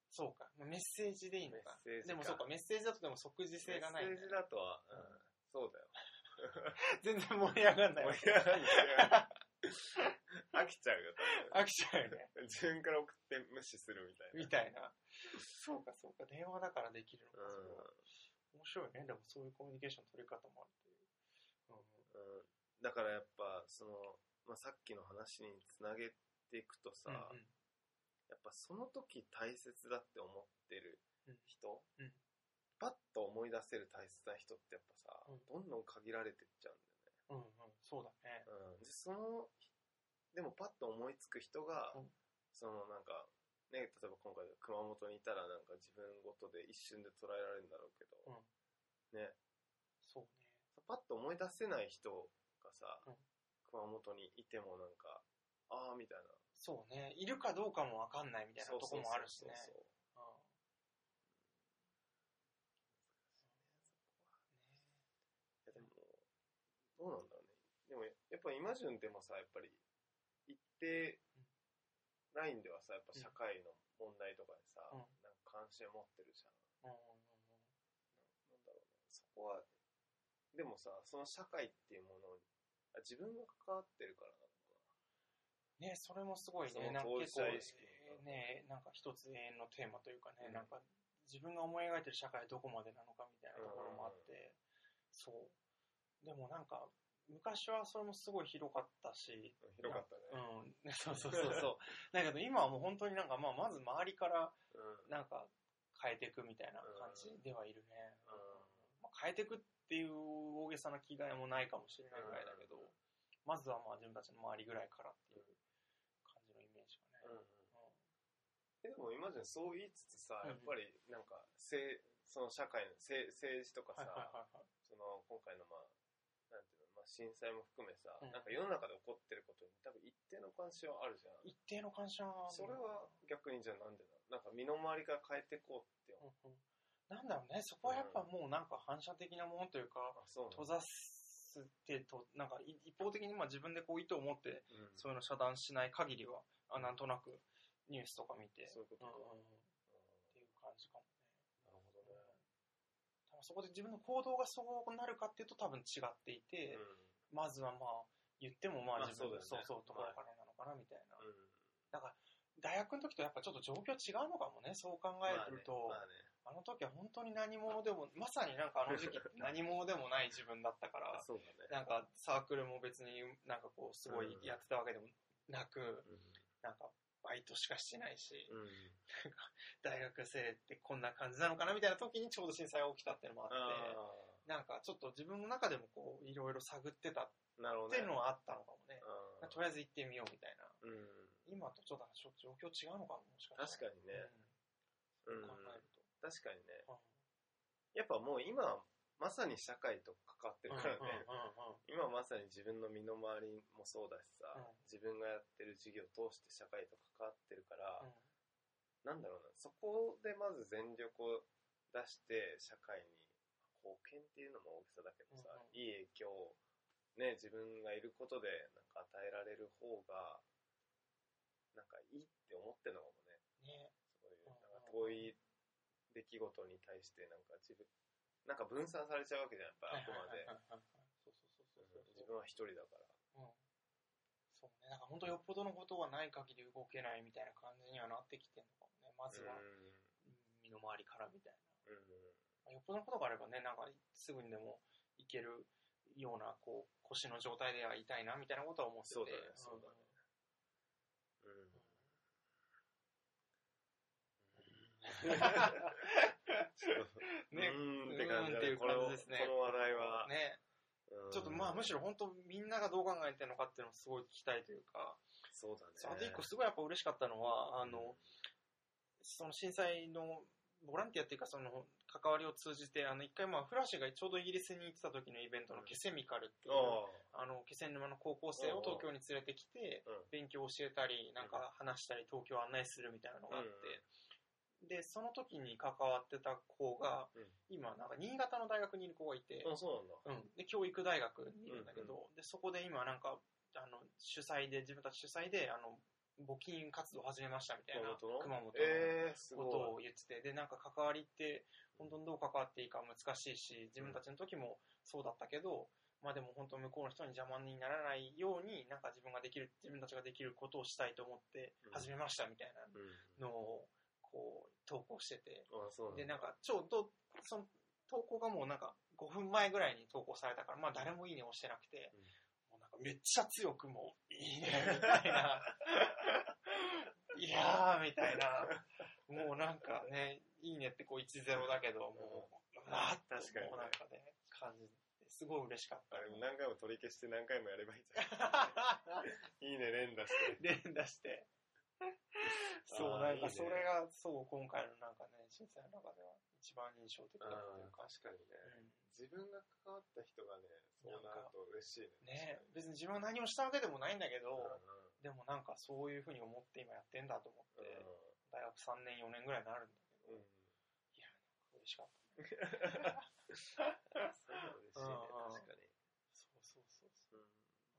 そうか。メッセージでいいのか。 メッセージか。 でもそうか、メッセージだとでも即時性がない、ね。 メッセージだとは、うん、そうだよ。 全然盛り上がんない。 盛り上がんない。飽きちゃうよ、 多分。飽きちゃうよね。 自分から送って無視するみたいな。 みたいな。そうか、そうか。電話だからできるのか。うん、面白いね。でもそういうコミュニケーションの取り方もあるっていう。 うんうん、だからやっぱ、その、まあ、さっきの話につなげていくとさ、うんうん、やっぱその時大切だって思ってる人、うんうん、パッと思い出せる大切な人ってやっぱさ、うん、どんどん限られてっちゃうんだよね。 うんうん、そうだね。 うん、でそのでもパッと思いつく人が、うん、そのなんかね、例えば今回熊本にいたらなんか自分ごとで一瞬で捉えられるんだろうけど、うん、ね、 そうね。 パッと思い出せない人がさ、うん、熊本にいてもなんかああみたいな。 そうね。いるかどうかもわかんないみたいなとこもあるしね。そうそうそうそう。 どうなんだろうね。でもやっぱイマジュンでもさ、やっぱり一定ラインではさ、やっぱ社会の問題とかでさ、うん、なんか関心を持ってるじゃん。うんうんうん、なんだろうね。そこはでもさ、その社会っていうものに自分が関わってるからなのかな。ね、それもすごいね。なんか結構ね、なんか一つ永遠のテーマというかね、うん、なんか自分が思い描いてる社会はどこまでなのかみたいなところもあって、うん、そう。でもなんか昔はそれもすごい広かったし、 広かったね。 うん、そうそうそうそう。だけど今はもう本当になんかまあまず周りからなんか変えていくみたいな感じではいるね。うんうんまあ、変えていくっていう大げさな気概もないかもしれないぐらいだけど、うん、まずはまあ自分たちの周りぐらいからっていう感じのイメージがね。うんうん、 えでも今じゃそう言いつつさ、やっぱりなんかせその社会のせ政治とかさ、はいはいはいはい、その今回のまあなんていうの、まあ、震災も含めさ、うん、なんか世の中で起こってることに多分一定の関心はあるじゃん。 一定の関心は。 それは逆にじゃあなんでなの？なんか身の回りから変えていこうって思う、 うんうん。なんだろうね、そこはやっぱもうなんか反射的なものというか、うん、閉ざすってと、なんか一方的にまあ自分でこう意図を持って、うん、そういうの遮断しない限りは、あなんとなくニュースとか見て、 そういうことか、うんうん、 っていう感じかもね。なるほどね。そこで自分の行動がそうなるかっていうと多分違っていて、うん、まずはまあ言ってもまあ自分のそうそうところからなのかなみたいな、まあうん、だから大学の時とやっぱちょっと状況違うのかもね、そう考えると、まあねまあね、あの時は本当に何者でもまさになんかあの時期何者でもない自分だったからそうだね、 なんかサークルも別になんかこうすごいやってたわけでもなく、うん、なんかバイトしかしてないし、うん、大学生ってこんな感じなのかなみたいな時にちょうど震災が起きたっていうのもあって、なんかちょっと自分の中でもこういろいろ探ってたっていうのはあったのかもね。とりあえず行ってみようみたいな。うん、今とちょっと状況違うのかも、もしかしたら。 確かにね。 うん、考えると。 確かにね。うん、やっぱもう今まさに社会と関わってるからね、うんうんうんうん、今まさに自分の身の回りもそうだしさ、うん、自分がやってる事業を通して社会と関わってるから、うん、なんだろうな、そこでまず全力を出して社会に貢献っていうのも大げさだけどさ、うんうん、いい影響をね、自分がいることでなんか与えられる方がなんかいいって思ってるのかもね。ね、そういうなんか遠い出来事に対してなんか自分なんか分散されちゃうわけじゃん、やっぱあくまで。自分は一人だから。うん。 そうね、なんか本当よっぽどのことがない限り動けないみたいな感じにはなってきてるのかもね。まずは身の回りからみたいな。うん、よっぽどのことがあればね、なんかすぐにでも行けるようなこう腰の状態ではいたいなみたいなことは思ってて。 そうだね、そうだね。うん。うんね、うんって感じだね。この、この話題は。 ね。ちょっとまあむしろ本当みんながどう考えてるのかっていうのをすごい聞きたいというか。 そうだね。 あと一個すごいやっぱ嬉しかったのは、あの、うん、その震災のボランティアっていうかその関わりを通じて、あの一回まあフラッシュがちょうどイギリスに行ってた時のイベントのケセミカルっていう、うん、あの気仙沼の高校生を東京に連れてきて、うん、勉強を教えたり、なんか話したり東京を案内するみたいなのがあって、うん、で、その時に関わってた子が、うん、今なんか新潟の大学にいる子がいて、 あ、そうなんだ。うん。で、教育大学にいるんだけど、うんうん、で、そこで今なんか、あの、主催で、自分たち主催で、あの、 募金活動始めましたみたいな、 熊本のことを言ってて、で、なんか関わりって、本当にどう関わっていいか難しいし、自分たちの時もそうだったけど、まあでも本当向こうの人に邪魔にならないように、なんか自分ができる、自分たちができることをしたいと思って始めましたみたいなのを、こう、投稿してて、で、なんかちょうど、その投稿がもうなんかごふんまえぐらいに投稿されたから、まあ誰もいいねをしてなくて、もうなんかめっちゃ強くもう、いいねみたいな。いやーみたいな。もうなんかね、いいねってこういちゼロだけど、もう、わーっともうなんかね、感じすごい嬉しかった。 あれ何回も取り消して何回もやればいいじゃん。いいね連打して。 連打して。そう、なんかそれが、そう、今回のなんかね、震災の中では一番印象的だったというか。 確かにね、うん。自分が関わった人がね、そうなると嬉しいね。 ね、別に自分は何をしたわけでもないんだけど、うんうん、でもなんかそういうふうに思って今やってんだと思って、うん、大学さんねんよねんぐらいになるんだけど、うん、いや、なんか嬉しかった、ね。 そういうの嬉しいね、確かに。 そうそうそうそう。うん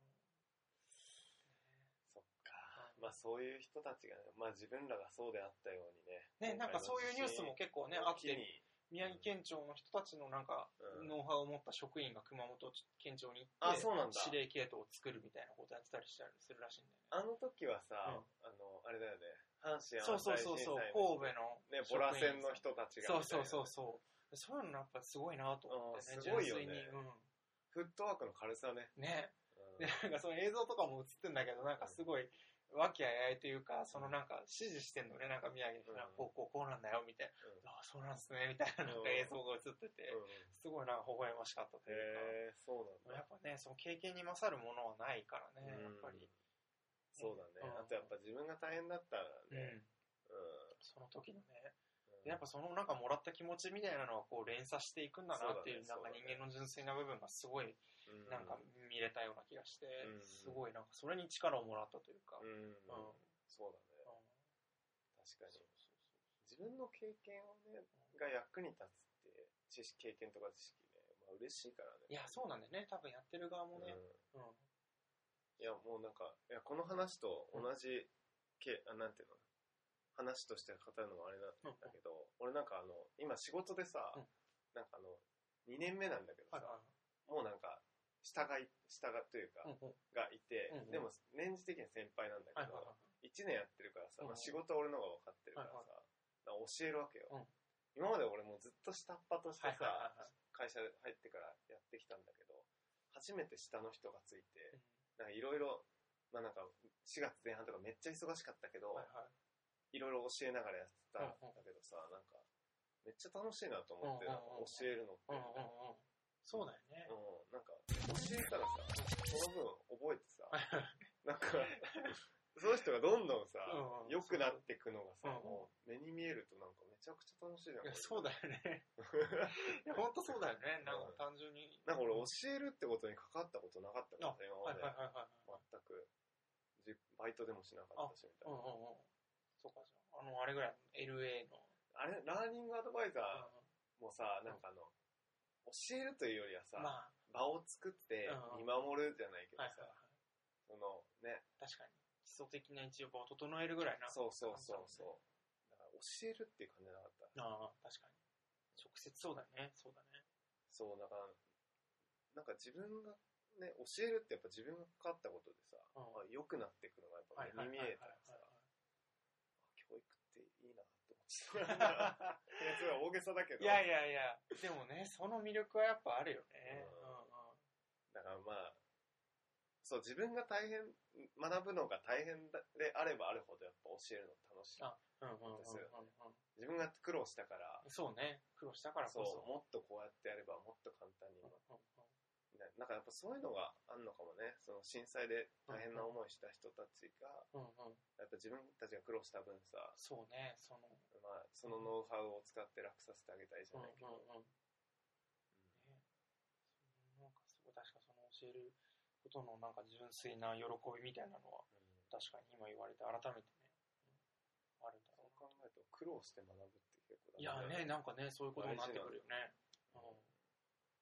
まあそういう人たちがね、まあ自分らがそうであったようにね。 ね、なんかそういうニュースも結構ね、あって、宮城県庁の人たちのなんか、ノウハウを持った職員が熊本県庁に行って、 あ、そうなんだ。 指令系統を作るみたいなことやってたりしたりするらしいんだよね。 あの時はさ、うん、あの、あれだよね、阪神淡路大震災の神戸の、 ね、ボラ線の人たちが、 そうそうそうそう。そういうのやっぱすごいなと思ってね、 すごいよね。うん、フットワークの軽さね。 ね。うん、で、なんかその映像とかも映ってんだけど、なんかすごい、和気あいあいというか、そのなんか指示してんのね、なんか宮城の、うん、こうこうこうなんだよみたいな、うん、ああそうなんすねみたいななんか映像が映ってて、うん、すごいなんか微笑ましかったというか、 へー、そうなんだ。 やっぱね、その経験に勝るものはないからね、やっぱり。 そうだね、うん、あとやっぱ自分が大変だったらね、 うんうん、その時のね、やっぱそのなんかもらった気持ちみたいなのはこう連鎖していくんだなっていう、なんか人間の純粋な部分がすごいなんか見れたような気がして、すごいなんかそれに力をもらったというか、うんうん、 そうだね、うん、確かにそうそうそう自分の経験をねが役に立つって知識経験とか知識ね、まあ嬉しいからね。 いやそうなんだよね、多分やってる側もね、うんうん、 いやもうなんかいやこの話と同じけ、うん、あなんていうの話として語るのもあれなんだけど、うん、俺なんかあの今仕事でさ、うん、なんかあのにねんめなんだけどさ、はいはい、もうなんか下が下がというか、うんうん、がいて、うんうん、でも年次的には先輩なんだけど、はいはいはい、いちねんやってるからさ、まあ、仕事は俺の方が分かってるからさ、はいはい、教えるわけよ、うん、今まで俺もずっと下っ端としてさ、はいはいはい、会社入ってからやってきたんだけど、初めて下の人がついて、なんかいろいろまあなんかしがつぜん半とかめっちゃ忙しかったけど、はいはいいろいろ教えながらやってたんだけどさ、うんうん、なんかめっちゃ楽しいなと思って、うんうんうん、教えるのって、うんうんうん、 そうだよね、 うん、なんか教えたらさその分覚えてさなんかその人がどんどんさ、うんうん、良くなっていくのがさ、うんうん、もう目に見えるとなんかめちゃくちゃ楽しいな。 いやそうだよねいや本当そうだよね、なんか単純に、 うん、なんか俺教えるってことに関わったことなかったからね今まで、はいはいはいはい、全くバイトでもしなかったしみたいな、うんうんうん、 そうかじゃあ、あの、あれぐらい、エルエー の。 あれ、ラーニングアドバイザーもさ、うん、なんかあの、教えるというよりはさ、まあ、場を作って見守るじゃないけどさ、うんうんはいはいはい、そのね。 確かに。基礎的な一応場を整えるぐらいな。 そうそうそうそう。だから教えるっていう感じじゃなかった。 ああ、確かに。直接そうだね、そうだね。 そう、だから、なんか自分がね、教えるってやっぱ自分がかかったことでさ、うん、良くなっていくのがやっぱ目に見えたらさ、教育っていいなって思ってた。いや、それは大げさだけど。 いやいやいや、でもね、その魅力はやっぱあるよね。うんうんうん、 だからまあ、そう、自分が大変、学ぶのが大変であればあるほどやっぱ教えるの楽しいですよね。自分が苦労したから。 そうね、苦労したからこそ。 そう、もっとこうやってやればもっと簡単に。うんうんうんなんかやっぱそういうのがあるのかもね。その震災で大変な思いした人たちが、うんうん、やっぱ自分たちが苦労した分さ、 そうね、その、 まあそのノウハウを使って楽させてあげたいじゃないけど、うんうんうんうんね、なんかすごい確かその教えることのなんか純粋な喜びみたいなのは、うん、確かに今言われて改めてね、うん、あるんだろうな。 そう考えると苦労して学ぶって結構いやね、なんかねそういうことになってくるよね。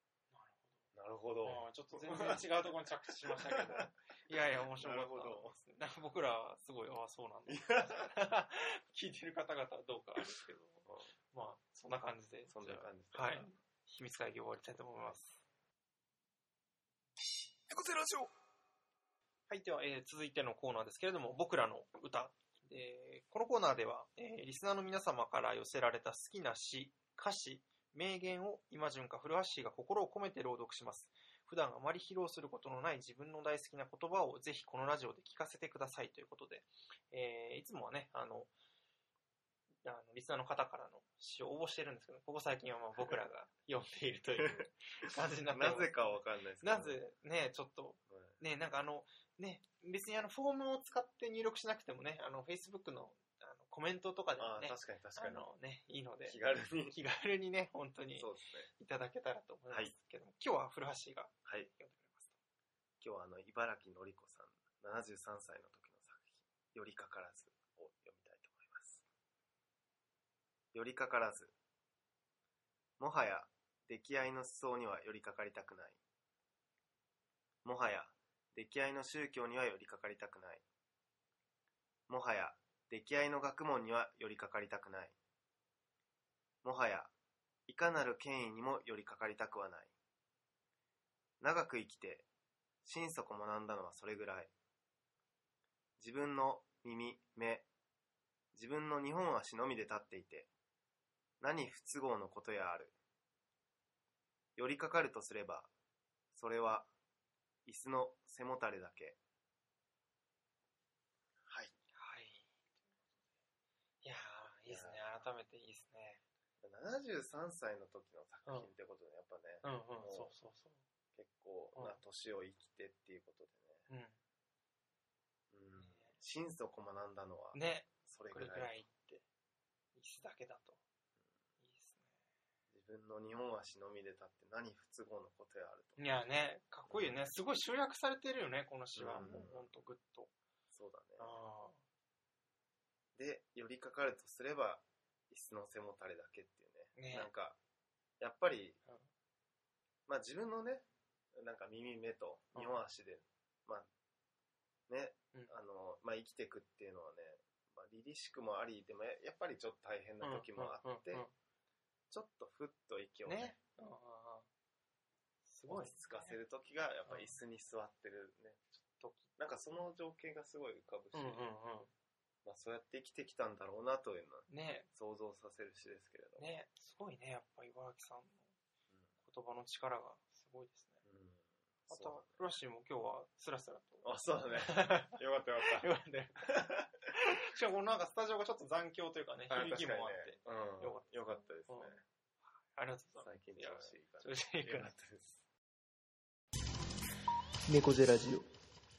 なるほど。 ちょっと全然違うところに着地しましたけど。いやいや、面白かったですね。 なんか僕らすごい、ああ、そうなんだ。聞いてる方々はどうかですけど、まあ、そんな感じで。 そんな感じで。 はい。秘密会議終わりたいと思います。 猫背ラジオ。 はい、では、えー、続いてのコーナーですけれども、僕らの歌。えー、このコーナーでは、えー、リスナーの皆様から寄せられた好きな詩、歌詞、名言を今順か古橋が心を込めて朗読します。普段あまり披露することのない自分の大好きな言葉をぜひこのラジオで聞かせてくださいということで、えー、いつもはね、あの、あのリスナーの方からの詩を応募してるんですけど、ここ最近はまあ僕らが読んでいるという感じになってます。 なぜかわかんないですけど。なぜね、ちょっと、ね、なんかあの、ね、別にあのフォームを使って入力しなくてもね、あの Facebook のあのコメントとかでもね、 あ、確かに確かに。 あのね、いいので、 気軽に。 気軽にね、本当にそうですね。 いただけたらと思いますけども、はい、今日は古橋が読んでくれますと。 今日はあの、茨城のりこさん、ななじゅうさんさいの時の作品、寄りかからずを読みたいと思います。寄りかからず。もはや、出来合いの思想には寄りかかりたくない。もはや、出来合いの宗教には寄りかかりたくない。もはや、出来合いの学問には寄りかかりたくない。もはや、いかなる権威にも寄りかかりたくはない。長く生きて、心底学んだのはそれぐらい。自分の耳、目、自分の二本足のみで立っていて、何不都合のことやある。寄りかかるとすれば、それは、椅子の背もたれだけ。はい。 はい。いやー、いいですね。改めていいですね。 ななじゅうさんさいの時の作品ってことで、やっぱね、 うん、うんうん、そうそうそう。 結構な年を生きてっていうことでね。うん。うん。心底学んだのは、 ね、 それぐらい。 これぐらいって、椅子だけだと。 自分の二本足のみで立って何不都合のことやあると。 いやね、かっこいいよね。すごい集約されてるよね、この詩は。うん、もうほんとグッと。 そうだね。 あで、寄りかかるとすれば、椅子の背もたれだけっていうね。 ね、 なんか、やっぱり、 うん、 まあ自分のね、なんか耳目と二本足で、うん、まあ、ね、うん、あの、まあ生きていくっていうのはね、まあ凛々しくもあり、でもやっぱりちょっと大変な時もあって、うんうんうんうん、ちょっとふっと息をね、ね、あ、すごい落ち着かせるときがやっぱ椅子に座ってるね、ちょっとなんかその情景がすごい浮かぶし、うんうんうん、まあそうやって生きてきたんだろうなというのは、ね、想像させる詩ですけれどね、すごいね、やっぱ茨城さんの言葉の力がすごいですね。うん、また、フラッシーも今日はスラスラと。 あ、そうだね。よかったよかった。 よかったよ。しかもなんかスタジオがちょっと残響というかね、響きもあって、ね、 うん、よかった。よかったですね。うん、 ありがとうございます。 最近調子いいから。 調子いいから。よかったです。 猫背ラジオ。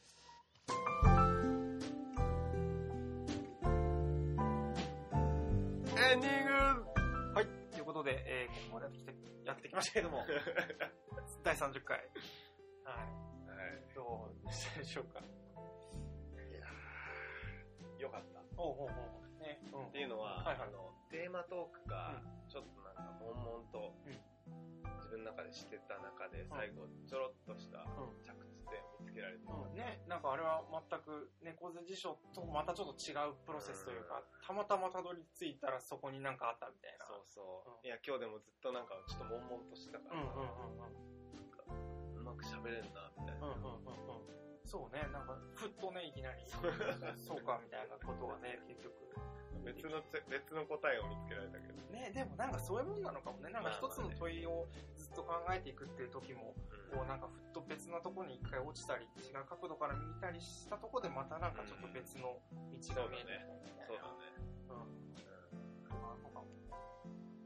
エンディング。 はい。ということで、えー、ここまでやってきて、やってきましたけども、だいさんじゅっかい。はい。はい。どうでしたでしょうか。 いやー、よかった。 おうおうおう。ね。 うん、っていうのは、はいはい、あの、テーマトークが、ちょっとなんか、悶々と、うん、自分の中でしてた中で、最後、ちょろっとした着地点を見つけられて、 うんうん、ね、なんかあれは全く、猫背辞書とまたちょっと違うプロセスというか、うん、たまたまたどり着いたらそこになんかあったみたいな。 そうそう。うん、いや、今日でもずっとなんか、ちょっと悶々としてたから、うんうんうんうん、なんか、うまく喋れるな、みたいな。うんうんうんうん、 そうね、なんか、ふっとね、いきなり、そうか、みたいなことはね、結局。 別の、別の答えを見つけられたけど。 ね、でもなんかそういうもんなのかもね。なんか一つの問いをずっと考えていくっていう時も、うん、こうなんかふっと別なところに一回落ちたり、違う角度から見たりしたところでまたなんかちょっと別の道が見えてきたみたいな。 そうだね。うん。うん。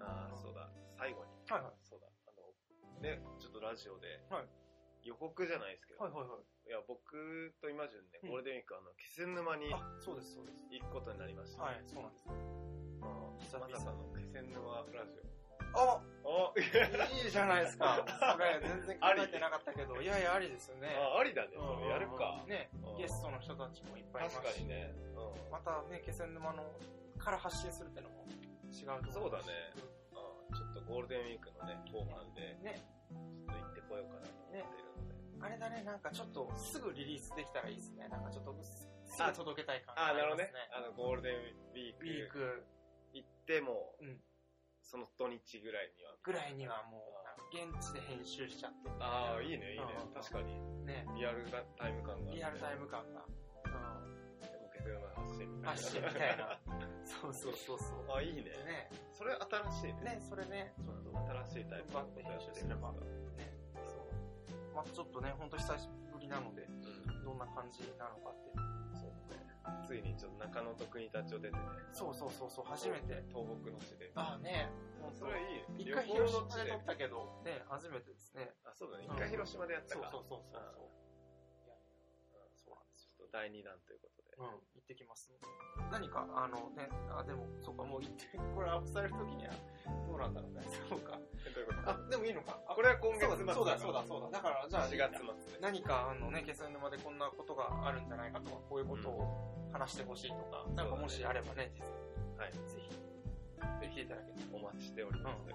ああ、そうだ。最後に。 はいはい。 そうだ。あの、ね、ちょっとラジオで、はい、予告じゃないですけど、 はいはいはい。 いや、僕とイマジュンね、ゴールデンウィーク、あの、気仙沼に、 あ、そうです、そうです。 行くことになりました。 はい、そうなんです。 あまさかの気仙沼ラジオ。あおいいじゃないですか。それ、全然考えてなかったけど、いやいや、ありですよね。 あ、ありだね、それやるか。 ね、ゲストの人たちもいっぱいいますし。 確かにね。 うん、またね、気仙沼の、から発信するっていうのも違うとそうだね。うん、ちょっとゴールデンウィークのね、後半で、ね、ちょっと行ってこようかなと思っているので。 あれだね、なんかちょっとすぐリリースできたらいいですね。なんかちょっとすぐ届けたい感じあ、 があなるほどねりますね。。 あの、ゴールデンウィーク。 ウィーク行っても、 うんその土日ぐらいには。 ぐらいにはもう、なんか現地で編集しちゃって。 ああ、いいね、いいねうん。 確かに。 ね。 リアルタイム感があって。 リアルタイム感が。うん。 でも結局の発信みたいな。 発信みたいな。そうそうそうそう。 あ、いいね。 ね。 それ新しいね。 ね、それね、ちょっと、 新しいタイプのことやってすれば。ね。そう。まあちょっとね、ほんと久しぶりなので、どんな感じなのかって。 そうね。ついにちょっと中野と国立を出てね。 そうそうそうそう、初めて。 東北の地で。 ああね。 それいい。 一回広島で撮ったけど、ね、初めてですね。 あ、そうだね。一回広島でやったか。 そうそうそうそう。いや、そうなんですよ。 ちょっとだいにだんということで。 うん、行ってきます。何か、あのね、あ、でも、そうか、もう行って、これアップされるときには、どうなんだろうね。そうか。 え、どういうこと？ あ、でもいいのか。 これは今月末だ。 そうだ、そうだ、そうだ。だから、じゃあ、 しがつまつで。 何か、あのね、気仙沼でこんなことがあるんじゃないかとか、こういうことを話してほしいとか、なんかもしあればね、実際に。 はい。 ぜひ、ぜひ来ていただけたら。 お待ちしております。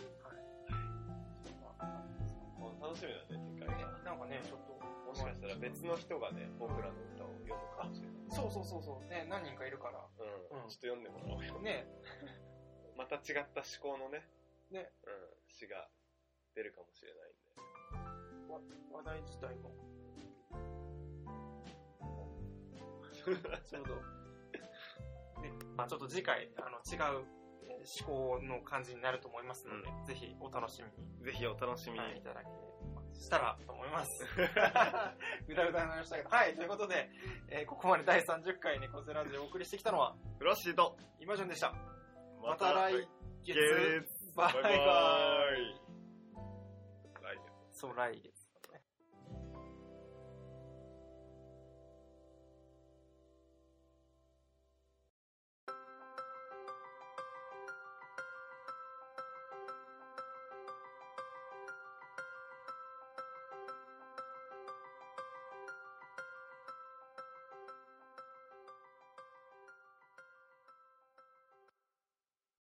楽しみだね、次回。 なんかね、ちょっと、 もしかしたら別の人がね、僕らの歌を読むかもしれない。 そうそうそうそう。ね、何人かいるから。 うん。ちょっと読んでもらおうよ。 ね。 また違った思考のね、 ね。 うん、詩が出るかもしれないんで。 わ話題自体も。ちょうど。ね、まあちょっと次回、あの、違う思考の感じになると思いますので、うん、ぜひお楽しみに。 ぜひお楽しみに、はい、 いただけしたらと思います。ぐだぐだになりましたけど。はい、ということで、えー、ここまでだいさんじゅっかい猫背ラジオをお送りしてきたのは、 フラッシーと今順でした。 また来月。 バイバイ。 バイバイ。来月。 そう、来月。